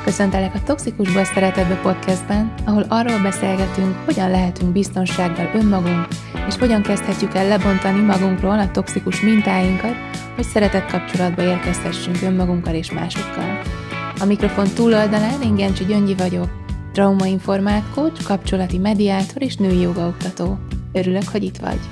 Köszöntelek a Toxikusból Szeretetbe podcastben, ahol arról beszélgetünk, hogyan lehetünk biztonsággal önmagunk, és hogyan kezdhetjük el lebontani magunkról a toxikus mintáinkat, hogy szeretett kapcsolatba érkezhessünk önmagunkkal és másokkal. A mikrofon túloldalán én Gencsi Gyöngyi vagyok, traumainformált coach, kapcsolati mediátor és női jogaoktató. Örülök, hogy itt vagy!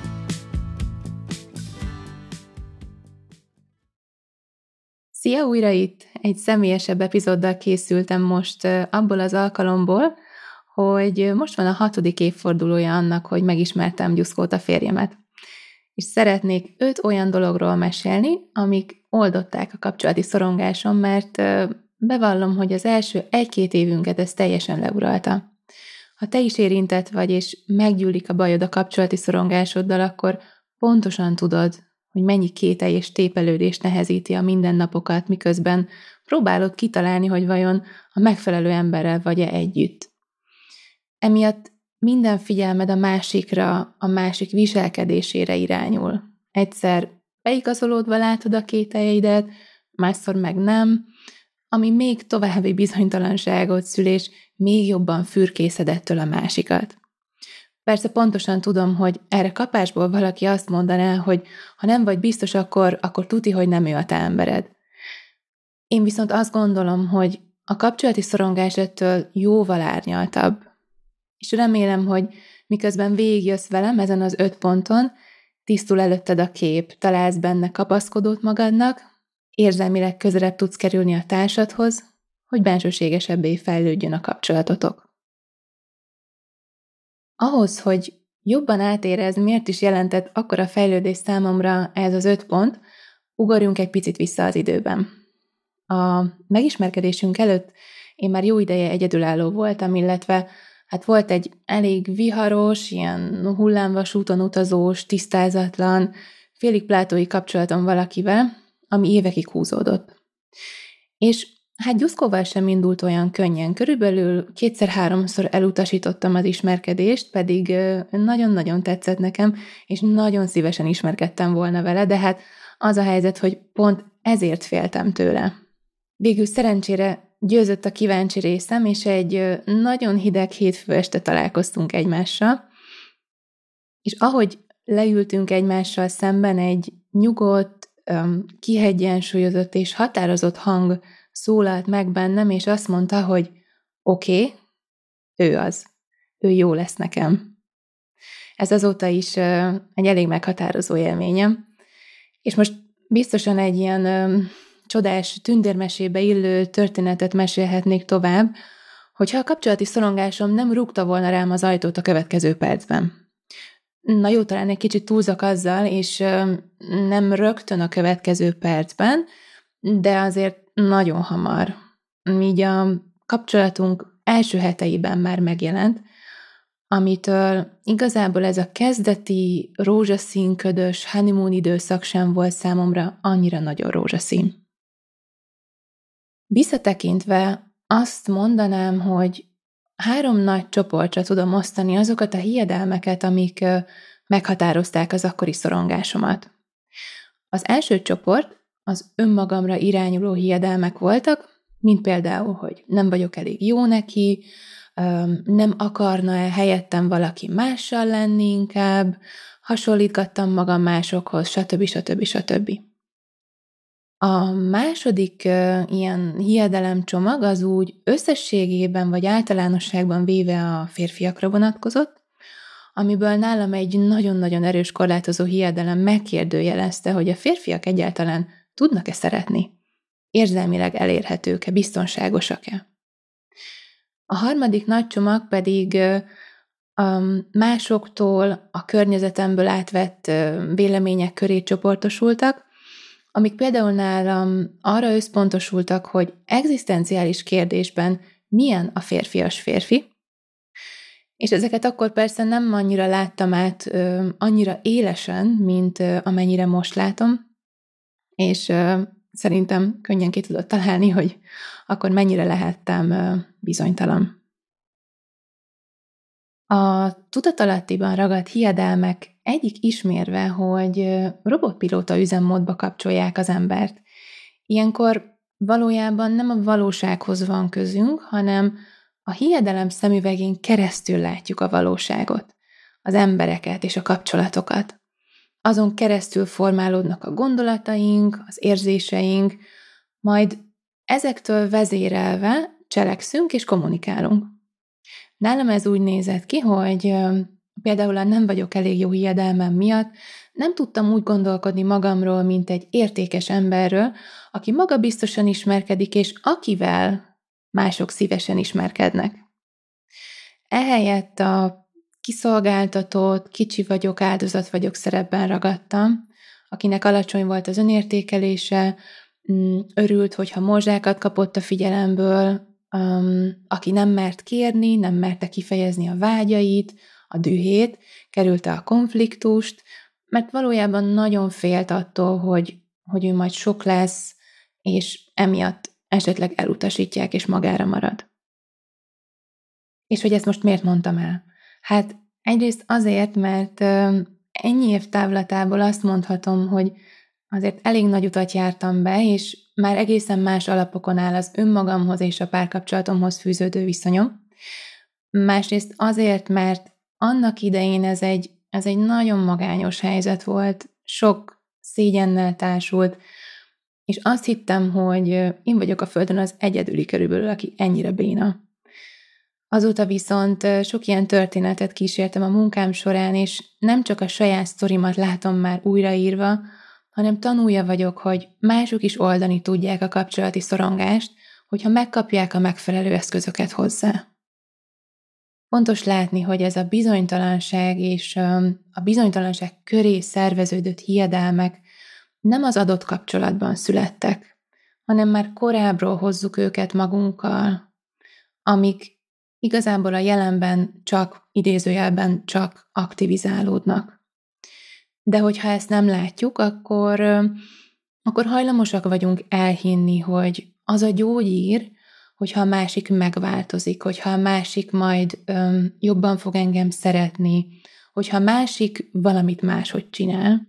Szia, újra itt! Egy személyesebb epizóddal készültem most abból az alkalomból, hogy most van a 6. évfordulója annak, hogy megismertem Gyuszkót, a férjemet. És szeretnék 5 olyan dologról mesélni, amik oldották a kapcsolati szorongásom, mert bevallom, hogy az első 1-2 évünket ez teljesen leuralta. Ha te is érintett vagy, és meggyűlik a bajod a kapcsolati szorongásoddal, akkor pontosan tudod, hogy mennyi kételj és tépelődés nehezíti a mindennapokat, miközben próbálod kitalálni, hogy vajon a megfelelő emberrel vagy-e együtt. Emiatt minden figyelmed a másikra, a másik viselkedésére irányul. Egyszer beigazolódva látod a kételjeidet, másszor meg nem, ami még további bizonytalanságot szül, és még jobban fürkészed ettől a másikat. Persze pontosan tudom, hogy erre kapásból valaki azt mondaná, hogy ha nem vagy biztos, akkor tuti, hogy nem ő a te embered. Én viszont azt gondolom, hogy a kapcsolati szorongás ettől jóval árnyaltabb. És remélem, hogy miközben végigjössz velem ezen az 5 ponton, tisztul előtted a kép, találsz benne kapaszkodót magadnak, érzelmileg közelebb tudsz kerülni a társadhoz, hogy bensőségesebbé fejlődjön a kapcsolatotok. Ahhoz, hogy jobban átérezd, miért is jelentett akkora fejlődés számomra ez az 5 pont, ugorjunk egy picit vissza az időben. A megismerkedésünk előtt én már jó ideje egyedülálló voltam, illetve volt egy elég viharos, ilyen hullámvasúton utazós, tisztázatlan, félig plátói kapcsolatom valakivel, ami évekig húzódott. És Gyuszkóval sem indult olyan könnyen. Körülbelül 2-3-szor elutasítottam az ismerkedést, pedig nagyon-nagyon tetszett nekem, és nagyon szívesen ismerkedtem volna vele, de az a helyzet, hogy pont ezért féltem tőle. Végül szerencsére győzött a kíváncsi részem, és egy nagyon hideg hétfő este találkoztunk egymással, és ahogy leültünk egymással szemben, egy nyugodt, kiegyensúlyozott és határozott hang szólalt meg bennem, és azt mondta, hogy oké, ő az. Ő jó lesz nekem. Ez azóta is egy elég meghatározó élményem. És most biztosan egy ilyen csodás tündérmesébe illő történetet mesélhetnék tovább, hogyha a kapcsolati szorongásom nem rúgta volna rám az ajtót a következő percben. Na jó, talán egy kicsit túlzok azzal, és nem rögtön a következő percben, de azért nagyon hamar. Így a kapcsolatunk első heteiben már megjelent, amitől igazából ez a kezdeti rózsaszínködös honeymoon időszak sem volt számomra annyira nagyon rózsaszín. Visszatekintve azt mondanám, hogy 3 nagy csoportra tudom osztani azokat a hiedelmeket, amik meghatározták az akkori szorongásomat. Az első csoport az önmagamra irányuló hiedelmek voltak, mint például, hogy nem vagyok elég jó neki, nem akarna-e helyettem valaki mással lenni inkább, hasonlítgattam magam másokhoz, stb. A második ilyen hiedelemcsomag az úgy összességében vagy általánosságban véve a férfiakra vonatkozott, amiből nálam egy nagyon-nagyon erős korlátozó hiedelem megkérdőjelezte, hogy a férfiak egyáltalán tudnak-e szeretni, érzelmileg elérhetők-e, biztonságosak-e. A harmadik nagy csomag pedig másoktól, a környezetemből átvett vélemények köré csoportosultak, amik például nálam arra összpontosultak, hogy egzisztenciális kérdésben milyen a férfias férfi, és ezeket akkor persze nem annyira láttam át annyira élesen, mint amennyire most látom, és szerintem könnyen ki tudod találni, hogy akkor mennyire lehettem bizonytalan. A tudatalattiban ragadt hiedelmek egyik ismérve, hogy robotpilóta üzemmódba kapcsolják az embert. Ilyenkor valójában nem a valósághoz van közünk, hanem a hiedelem szemüvegén keresztül látjuk a valóságot, az embereket és a kapcsolatokat. Azon keresztül formálódnak a gondolataink, az érzéseink, majd ezektől vezérelve cselekszünk és kommunikálunk. Nálam ez úgy nézett ki, hogy például a nem vagyok elég jó hiedelmem miatt nem tudtam úgy gondolkodni magamról, mint egy értékes emberről, aki magabiztosan ismerkedik, és akivel mások szívesen ismerkednek. Ehelyett a kiszolgáltatott, kicsi vagyok, áldozat vagyok szerepben ragadtam, akinek alacsony volt az önértékelése, örült, hogyha morzsákat kapott a figyelemből, aki nem mert kérni, nem merte kifejezni a vágyait, a dühét, kerülte a konfliktust, mert valójában nagyon félt attól, hogy ő majd sok lesz, és emiatt esetleg elutasítják, és magára marad. És hogy ezt most miért mondtam el? Hát egyrészt azért, mert ennyi év távlatából azt mondhatom, hogy azért elég nagy utat jártam be, és már egészen más alapokon áll az önmagamhoz és a párkapcsolatomhoz fűződő viszonyom. Másrészt azért, mert annak idején ez egy nagyon magányos helyzet volt, sok szégyennel társult, és azt hittem, hogy én vagyok a Földön az egyedüli körülbelül, aki ennyire béna. Azóta viszont sok ilyen történetet kísértem a munkám során, és nem csak a saját sztorimat látom már újraírva, hanem tanulja vagyok, hogy mások is oldani tudják a kapcsolati szorongást, hogyha megkapják a megfelelő eszközöket hozzá. Fontos látni, hogy ez a bizonytalanság és a bizonytalanság köré szerveződött hiedelmek nem az adott kapcsolatban születtek, hanem már korábbról hozzuk őket magunkkal, amik igazából a jelenben csak, idézőjelben csak aktivizálódnak. De hogyha ezt nem látjuk, akkor hajlamosak vagyunk elhinni, hogy az a gyógyír, hogyha a másik megváltozik, hogyha a másik majd jobban fog engem szeretni, hogyha a másik valamit máshogy csinál.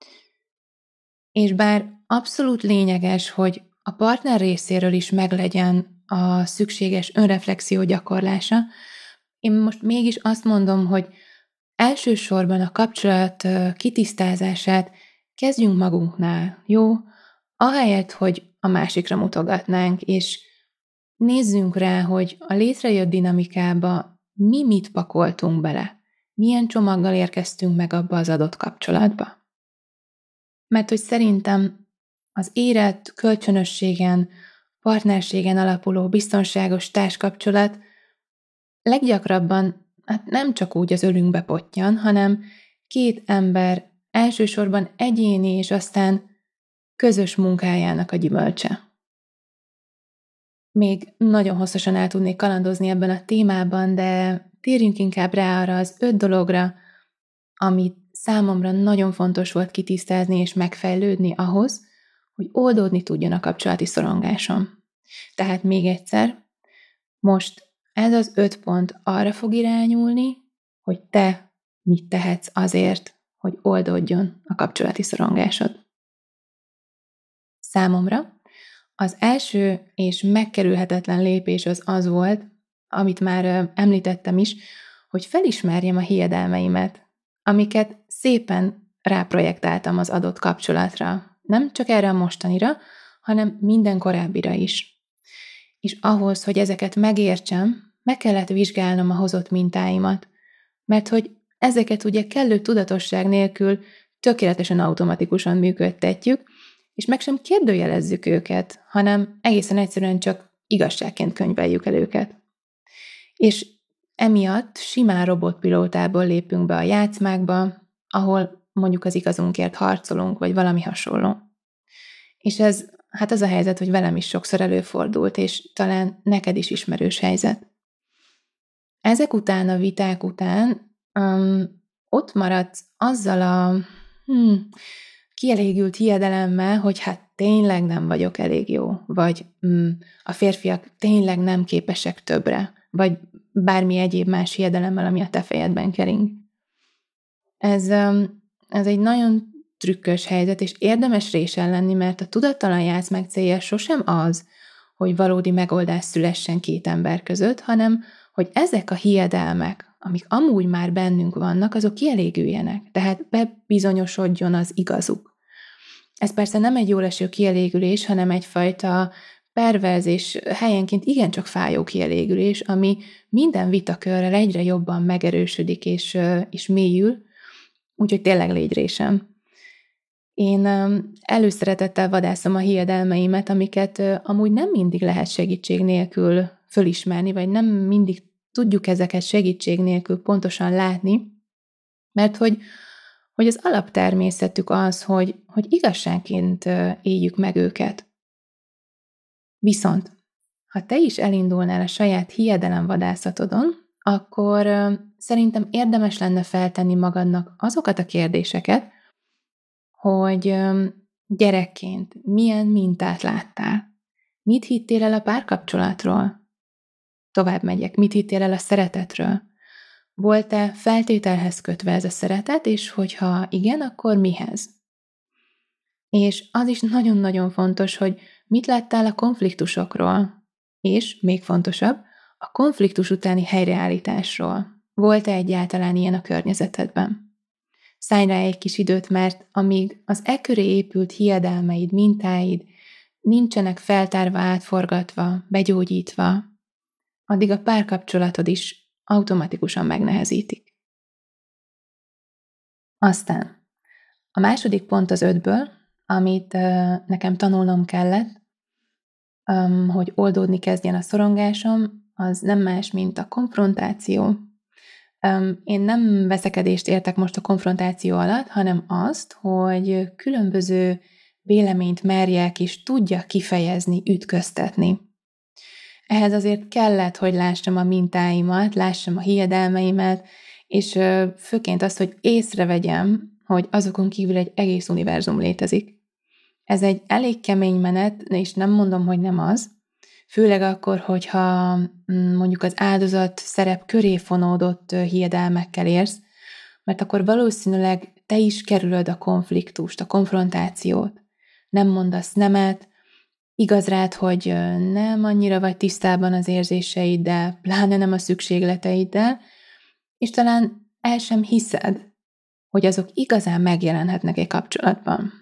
És bár abszolút lényeges, hogy a partner részéről is meglegyen a szükséges önreflexió gyakorlása, én most mégis azt mondom, hogy elsősorban a kapcsolat kitisztázását kezdjünk magunknál, jó? Ahelyett, hogy a másikra mutogatnánk, és nézzünk rá, hogy a létrejött dinamikába mi mit pakoltunk bele, milyen csomaggal érkeztünk meg abba az adott kapcsolatba. Mert hogy szerintem az érett kölcsönösségen, partnerségen alapuló biztonságos társkapcsolat leggyakrabban nem csak úgy az ölünkbe pottyan, hanem két ember elsősorban egyéni és aztán közös munkájának a gyümölcse. Még nagyon hosszasan el tudnék kalandozni ebben a témában, de térjünk inkább rá arra az 5 dologra, amit számomra nagyon fontos volt kitisztázni és megfejlődni ahhoz, hogy oldódni tudjon a kapcsolati szorongásom. Tehát még egyszer, most ez az 5 pont arra fog irányulni, hogy te mit tehetsz azért, hogy oldódjon a kapcsolati szorongásod. Számomra az első és megkerülhetetlen lépés az volt, amit már említettem is, hogy felismerjem a hiedelmeimet, amiket szépen ráprojektáltam az adott kapcsolatra. Nem csak erre a mostanira, hanem minden korábbira is. És ahhoz, hogy ezeket megértsem, meg kellett vizsgálnom a hozott mintáimat, mert hogy ezeket ugye kellő tudatosság nélkül tökéletesen automatikusan működtetjük, és meg sem kérdőjelezzük őket, hanem egészen egyszerűen csak igazságként könyveljük el őket. És emiatt simán robotpilótából lépünk be a játszmákba, ahol mondjuk az igazunkért harcolunk, vagy valami hasonló. És ez, hát az a helyzet, hogy velem is sokszor előfordult, és talán neked is ismerős helyzet. Ezek után, a viták után ott maradsz azzal a kielégült hiedelemmel, hogy hát tényleg nem vagyok elég jó, vagy a férfiak tényleg nem képesek többre, vagy bármi egyéb más hiedelemmel, ami a te fejedben kering. Ez egy nagyon trükkös helyzet, és érdemes résen lenni, mert a tudattalan játszmák célja sosem az, hogy valódi megoldás szülessen két ember között, hanem hogy ezek a hiedelmek, amik amúgy már bennünk vannak, azok kielégüljenek, tehát bebizonyosodjon az igazuk. Ez persze nem egy jól eső kielégülés, hanem egyfajta perverz és helyenként igencsak fájó kielégülés, ami minden vitakörrel egyre jobban megerősödik és mélyül, úgyhogy tényleg légy résem. Én előszeretettel vadászom a hiedelmeimet, amiket amúgy nem mindig lehet segítség nélkül fölismerni, vagy nem mindig tudjuk ezeket segítség nélkül pontosan látni, mert hogy az alaptermészetük az, hogy igazságként éljük meg őket. Viszont, ha te is elindulnál a saját hiedelemvadászatodon, akkor szerintem érdemes lenne feltenni magadnak azokat a kérdéseket, hogy gyerekként milyen mintát láttál? Mit hittél el a párkapcsolatról? Tovább megyek, mit hittél el a szeretetről? Volt-e feltételhez kötve ez a szeretet, és hogyha igen, akkor mihez? És az is nagyon-nagyon fontos, hogy mit láttál a konfliktusokról, és még fontosabb, a konfliktus utáni helyreállításról. Volt-e egyáltalán ilyen a környezetedben? Szállj rá egy kis időt, mert amíg az köré épült hiedelmeid, mintáid nincsenek feltárva, átforgatva, begyógyítva, addig a párkapcsolatod is automatikusan megnehezítik. Aztán a második pont az 5-ből, amit nekem tanulnom kellett, hogy oldódni kezdjen a szorongásom, az nem más, mint a konfrontáció. Én nem veszekedést értek most a konfrontáció alatt, hanem azt, hogy különböző véleményt merjek és tudjak kifejezni, ütköztetni. Ehhez azért kellett, hogy lássam a mintáimat, lássam a hiedelmeimet, és főként azt, hogy észrevegyem, hogy azokon kívül egy egész univerzum létezik. Ez egy elég kemény menet, és nem mondom, hogy nem az, főleg akkor, hogyha mondjuk az áldozat szerep köré fonódott hiedelmekkel érsz, mert akkor valószínűleg te is kerülöd a konfliktust, a konfrontációt. Nem mondasz nemet, igaz rád, hogy nem annyira vagy tisztában az érzéseiddel, pláne nem a szükségleteiddel, és talán el sem hiszed, hogy azok igazán megjelenhetnek egy kapcsolatban.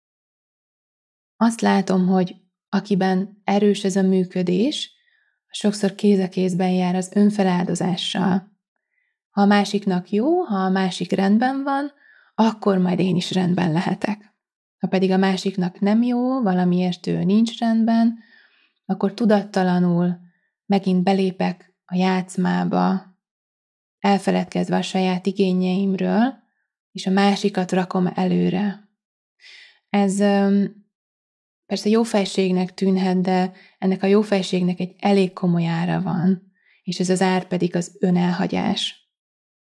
Azt látom, hogy akiben erős ez a működés, sokszor kéz a kézben jár az önfeláldozással. Ha a másiknak jó, ha a másik rendben van, akkor majd én is rendben lehetek. Ha pedig a másiknak nem jó, valamiért ő nincs rendben, akkor tudattalanul megint belépek a játszmába, elfeledkezve a saját igényeimről, és a másikat rakom előre. Ez persze jófejségnek tűnhet, de ennek a jófejségnek egy elég komoly ára van, és ez az ár pedig az önelhagyás.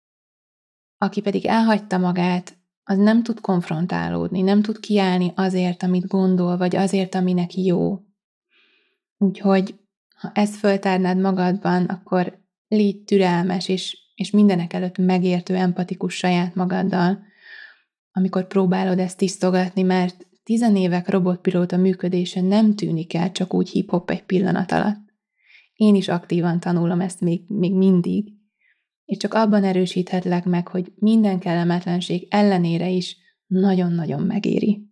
Aki pedig elhagyta magát, az nem tud konfrontálódni, nem tud kiállni azért, amit gondol, vagy azért, ami neki jó. Úgyhogy, ha ezt föltárnád magadban, akkor légy türelmes, és mindenek előtt megértő, empatikus saját magaddal, amikor próbálod ezt tisztogatni, mert 10 évek robotpilóta működése nem tűnik el csak úgy hip-hop egy pillanat alatt. Én is aktívan tanulom ezt még mindig, és csak abban erősíthetlek meg, hogy minden kellemetlenség ellenére is nagyon-nagyon megéri.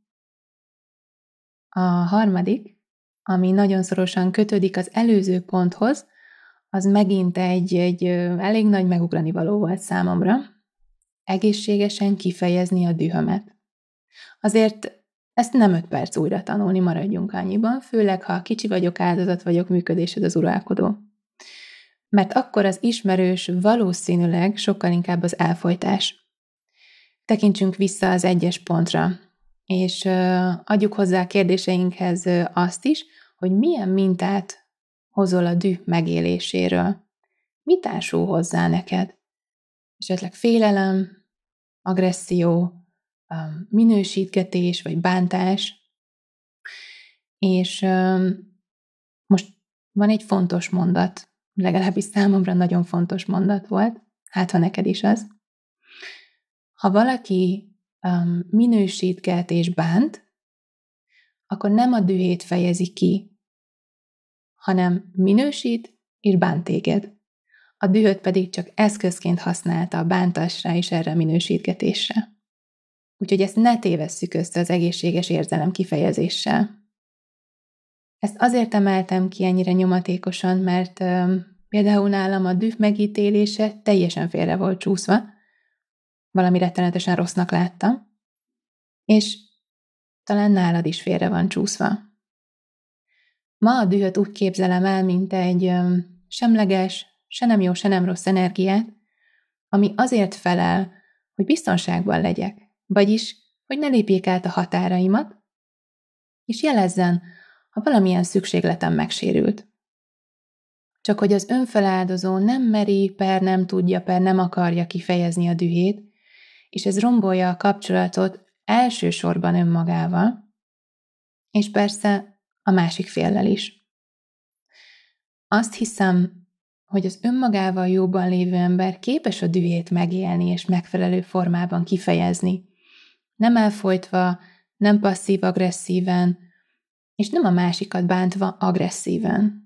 A harmadik, ami nagyon szorosan kötődik az előző ponthoz, az megint egy elég nagy megugrani való volt számomra. Egészségesen kifejezni a dühömet. Azért ezt nem 5 perc újra tanulni, maradjunk annyiban, főleg ha kicsi vagyok, áldozat vagyok, működésed az uralkodó. Mert akkor az ismerős valószínűleg sokkal inkább az elfojtás. Tekintsünk vissza az 1-es pontra, és adjuk hozzá a kérdéseinkhez azt is, hogy milyen mintát hozol a düh megéléséről. Mi társul hozzá neked? Esetleg félelem, agresszió, minősítgetés vagy bántás. És most van egy fontos mondat, legalábbis számomra nagyon fontos mondat volt, hát ha neked is az. Ha valaki minősítget és bánt, akkor nem a dühét fejezi ki, hanem minősít és bánt téged. A dühöt pedig csak eszközként használta a bántásra és erre a minősítgetésre. Úgyhogy ezt ne tévesszük össze az egészséges érzelem kifejezéssel. Ezt azért emeltem ki ennyire nyomatékosan, mert például nálam a düh megítélése teljesen félre volt csúszva, valami rettenetesen rossznak láttam, és talán nálad is félre van csúszva. Ma a dühöt úgy képzelem el, mint egy semleges, se nem jó, se nem rossz energiát, ami azért felel, hogy biztonságban legyek, vagyis, hogy ne lépjék át a határaimat, és jelezzen, ha valamilyen szükségletem megsérült. Csak hogy az önfeláldozó nem meri, nem tudja, nem akarja kifejezni a dühét, és ez rombolja a kapcsolatot elsősorban önmagával, és persze a másik féllel is. Azt hiszem, hogy az önmagával jóban lévő ember képes a dühét megélni és megfelelő formában kifejezni, nem elfojtva, nem passzív-agresszíven, és nem a másikat bántva agresszíven.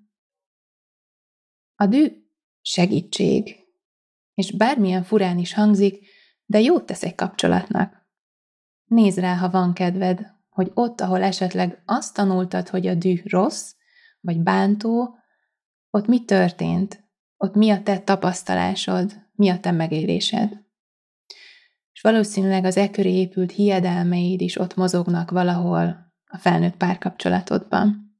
A düh segítség, és bármilyen furán is hangzik, de jót tesz egy kapcsolatnak. Nézd rá, ha van kedved, hogy ott, ahol esetleg azt tanultad, hogy a düh rossz, vagy bántó, ott mi történt, ott mi a te tapasztalásod, mi a te megélésed. És valószínűleg az e köré épült hiedelmeid is ott mozognak valahol a felnőtt párkapcsolatodban.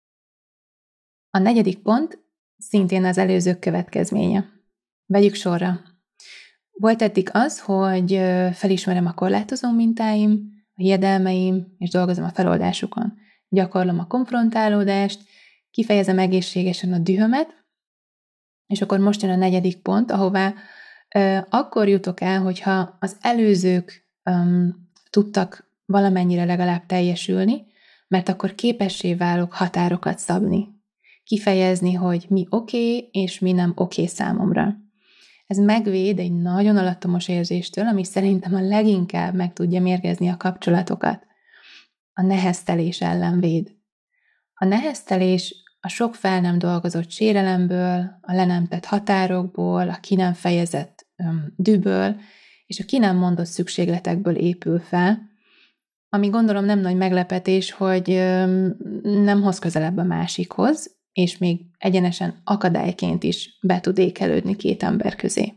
A 4. pont szintén az előzők következménye. Vegyük sorra. Volt eddig az, hogy felismerem a korlátozó mintáim, a hiedelmeim, és dolgozom a feloldásukon. Gyakorlom a konfrontálódást, kifejezem egészségesen a dühömet, és akkor most jön a 4. pont, ahová akkor jutok el, hogyha az előzők tudtak valamennyire legalább teljesülni, mert akkor képessé válok határokat szabni. Kifejezni, hogy mi oké, és mi nem oké számomra. Ez megvéd egy nagyon alattomos érzéstől, ami szerintem a leginkább meg tudja mérgezni a kapcsolatokat. A neheztelés ellen véd. A neheztelés a sok fel nem dolgozott sérelemből, a le nem tett határokból, a ki nem fejezett dühből, és a ki nem mondott szükségletekből épül fel, ami gondolom nem nagy meglepetés, hogy nem hoz közelebb a másikhoz, és még egyenesen akadályként is be tud ékelődni két ember közé.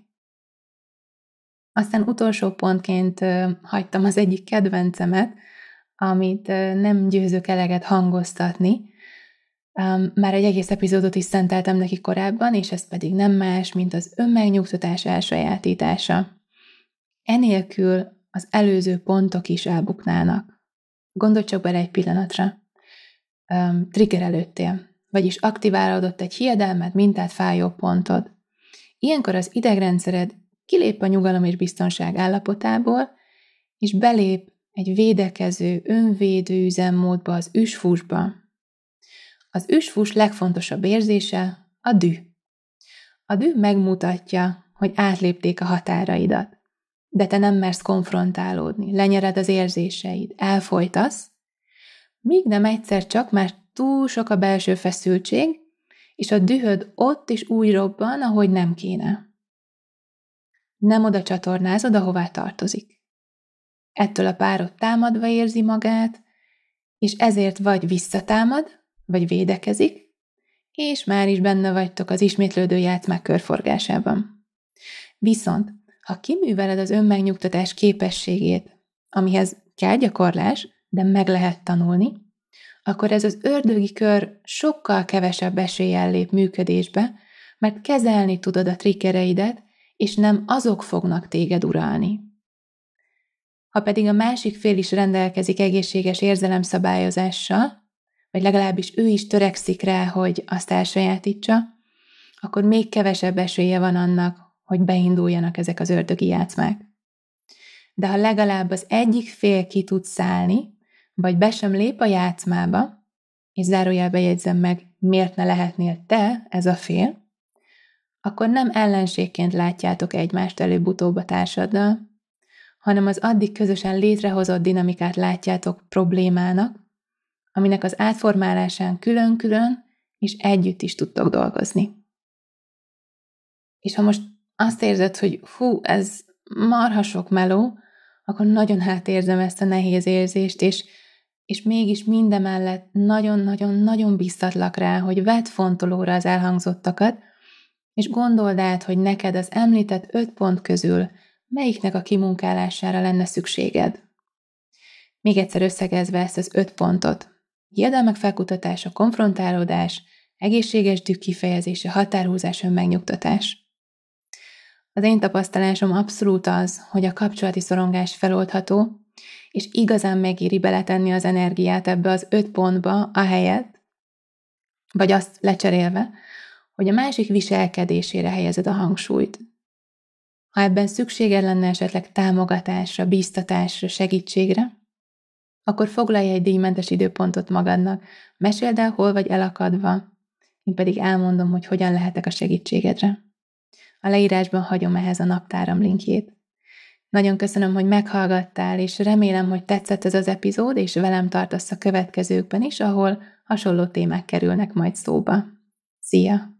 Aztán utolsó pontként hagytam az egyik kedvencemet, amit nem győzök eleget hangoztatni. Már egy egész epizódot is szenteltem neki korábban, és ez pedig nem más, mint az önmegnyugtatás elsajátítása. Enélkül az előző pontok is elbuknának. Gondolj csak bele egy pillanatra. Triggerelődtél, vagyis aktiválódott egy hiedelmed, mintát fájó pontod. Ilyenkor az idegrendszered kilép a nyugalom és biztonság állapotából, és belép egy védekező, önvédő üzemmódba, az üs-fusba. Az üs-fus legfontosabb érzése a düh. A düh megmutatja, hogy átlépték a határaidat, de te nem mersz konfrontálódni, lenyered az érzéseid, elfojtasz, míg nem egyszer csak már túl sok a belső feszültség, és a dühöd ott is úgy robban, ahogy nem kéne. Nem oda csatornázod, ahová tartozik. Ettől a párod támadva érzi magát, és ezért vagy visszatámad, vagy védekezik, és már is benne vagytok az ismétlődő játszmák körforgásában. Viszont, ha kiműveled az önmegnyugtatás képességét, amihez kell gyakorlás, de meg lehet tanulni, akkor ez az ördögi kör sokkal kevesebb eséllyel lép működésbe, mert kezelni tudod a triggereidet, és nem azok fognak téged uralni. Ha pedig a másik fél is rendelkezik egészséges érzelemszabályozással, vagy legalábbis ő is törekszik rá, hogy azt elsajátítsa, akkor még kevesebb esélye van annak, hogy beinduljanak ezek az ördögi játszmák. De ha legalább az egyik fél ki tud szállni, vagy be sem lép a játszmába, és zárójelbe jegyzem meg, miért ne lehetnél te ez a fél, akkor nem ellenségként látjátok egymást előbb-utóbb a társaddal, hanem az addig közösen létrehozott dinamikát látjátok problémának, aminek az átformálásán külön-külön és együtt is tudtok dolgozni. És ha most azt érzed, hogy ez marha sok meló, akkor nagyon átérzem ezt a nehéz érzést, és mégis mindemellett nagyon-nagyon-nagyon biztatlak rá, hogy vedd fontolóra az elhangzottakat, és gondold át, hogy neked az említett 5 pont közül melyiknek a kimunkálására lenne szükséged. Még egyszer összegezve ezt az 5 pontot. Hiedelmek felkutatása, konfrontálódás, egészséges düh kifejezése, határhúzás, önmegnyugtatás. Az én tapasztalásom abszolút az, hogy a kapcsolati szorongás feloldható, és igazán megéri beletenni az energiát ebbe az 5 pontba ahelyett, vagy azt lecserélve, hogy a másik viselkedésére helyezed a hangsúlyt. Ha ebben szükséged lenne esetleg támogatásra, bíztatásra, segítségre, akkor foglalj egy díjmentes időpontot magadnak, meséld el, hol vagy elakadva, én pedig elmondom, hogy hogyan lehetek a segítségedre. A leírásban hagyom ehhez a naptáram linkjét. Nagyon köszönöm, hogy meghallgattál, és remélem, hogy tetszett ez az epizód, és velem tartasz a következőkben is, ahol hasonló témák kerülnek majd szóba. Szia!